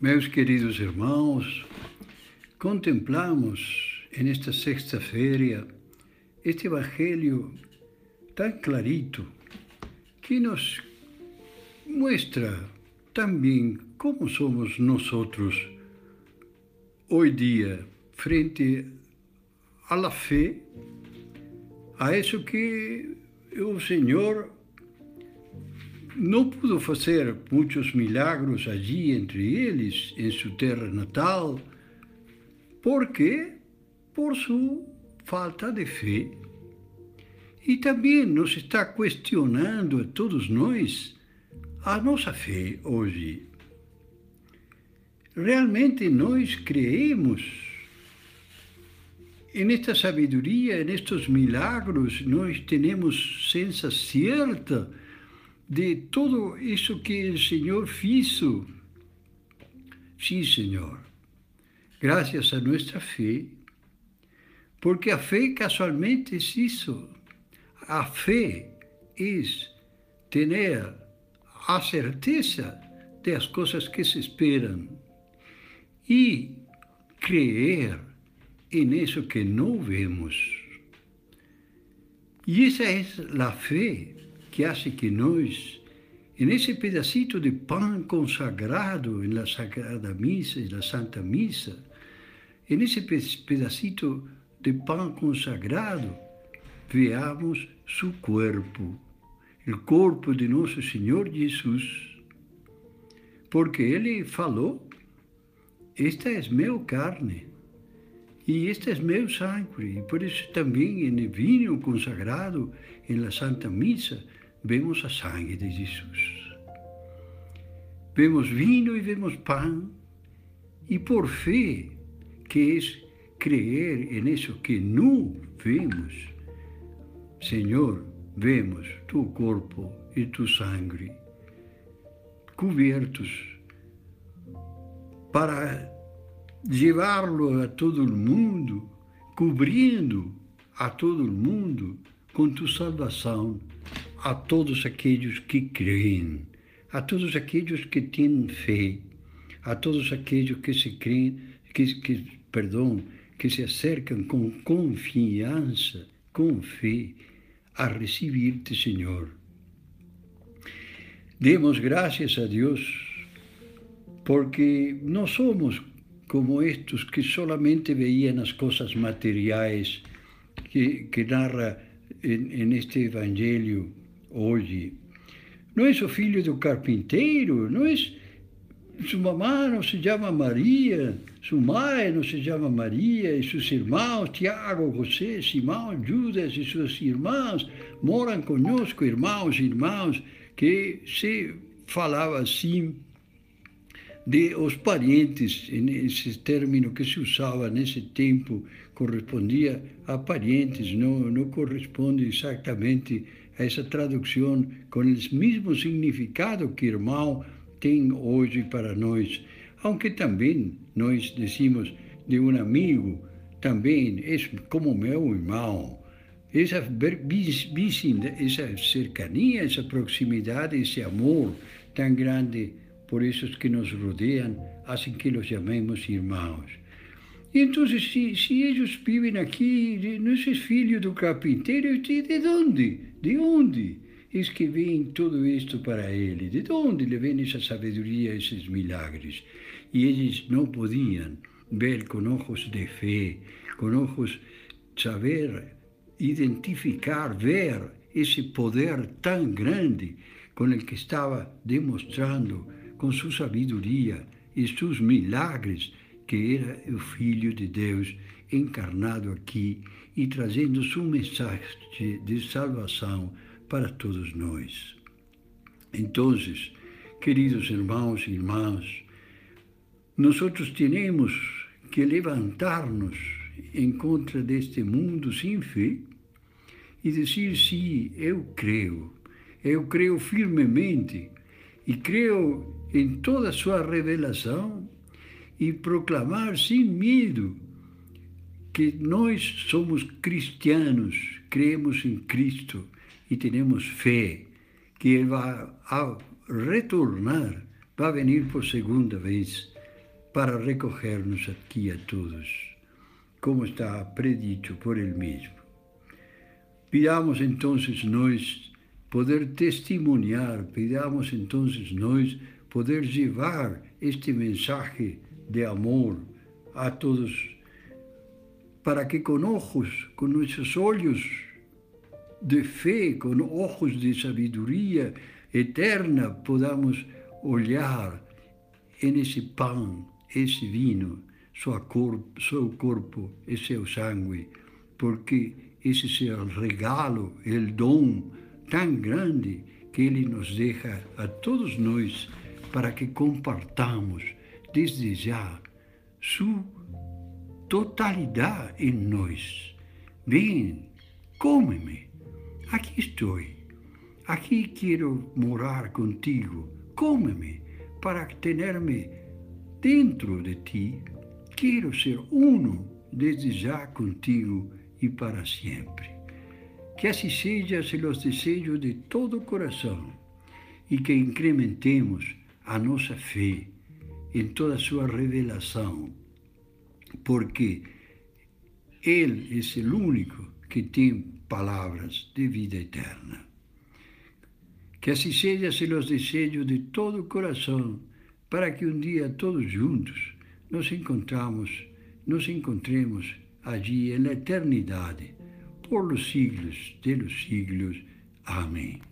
Meus queridos irmãos, contemplamos nesta sexta-feira este Evangelho tão clarito que nos mostra também como somos nós hoje dia frente à fé, a isso que o Senhor não pudo fazer muitos milagros allí entre eles, em sua terra natal, porque por sua falta de fé. E também nos está questionando a todos nós a nossa fé hoje. Realmente nós creemos nesta sabedoria, nestes milagros, nós temos ciência certa de tudo isso que o Senhor fez. Sim, Senhor, graças a nossa fé, porque a fé casualmente é isso. A fé é ter a certeza das coisas que se esperam e crer nisso que não vemos. E essa é a fé que hace que nós, nesse pedacito de pão consagrado na Sagrada Missa e na Santa Missa, nesse pedacito de pão consagrado, veamos seu corpo, o corpo de nosso Senhor Jesus. Porque Ele falou, esta é minha carne e esta é meu sangue. E por isso também no vinho consagrado, na Santa Missa, vemos a sangue de Jesus. Vemos vinho e vemos pão, e por fé, que é crer nisso que não vemos, Senhor, vemos tu corpo e tu sangue cobertos para levá-lo a todo o mundo, cobrindo a todo o mundo com tu salvação, a todos aqueles que creem, a todos aqueles que têm fé, a todos aqueles que se creem, que se acercam com confiança, com fé, a receber-te, Senhor. Demos graças a Deus, porque não somos como estes que solamente veíam as coisas materiais que narra neste Evangelho hoje. Não é o filho do carpinteiro, não é sua mamãe não se chama Maria, sua mãe não se chama Maria, e seus irmãos, Tiago, José, Simão, Judas e seus irmãos, moram conosco, irmãos, que se falava assim de os parentes, nesse término que se usava nesse tempo, correspondia a parentes, não corresponde exatamente a essa tradução com o mesmo significado que irmão tem hoje para nós. Aunque também nós decimos de um amigo, também é como meu irmão. Essa cercania, essa proximidade, esse amor tão grande por esses que nos rodeiam, assim que os chamemos irmãos. E então, se eles vivem aqui, nesses filhos do carpinteiro, de onde? De onde é que vem tudo isto para ele? De onde lhe vem essa sabedoria, esses milagres? E eles não podiam ver com olhos de fé, com olhos saber identificar, ver esse poder tão grande com o que estava demonstrando com sua sabedoria e seus milagres, que era o Filho de Deus encarnado aqui e trazendo sua mensagem de salvação para todos nós. Então, queridos irmãos e irmãs, nós temos que levantar-nos em contra deste mundo sem fé e dizer, sim, eu creio firmemente e creio em toda a sua revelação e proclamar sem medo que nós somos cristianos, cremos em Cristo e temos fé que Ele vai retornar, vai venir por segunda vez para recogernos aquí a todos, como está predicho por Él mismo. Pidamos entonces nós poder testimoniar, pidamos entonces nós poder llevar este mensaje de amor a todos, para que con ojos, con nuestros olhos de fe, con ojos de sabiduría eterna, podamos olhar en esse pão, esse vinho, seu corpo e seu sangue, porque esse é o regalo, o dom tão grande que Ele nos deixa a todos nós, para que compartamos desde já sua totalidade em nós. Vem, come-me, aqui estou, aqui quero morar contigo, come-me, para ter-me dentro de ti. Quero ser uno desde já contigo e para sempre. Que assim seja os desejos de todo o coração e que incrementemos a nossa fé em toda a sua revelação, porque Ele é o único que tem palavras de vida eterna. Que assim seja os desejos de todo o coração, para que dia todos juntos nos encontremos allí na eternidade, por los siglos de los siglos. Amém.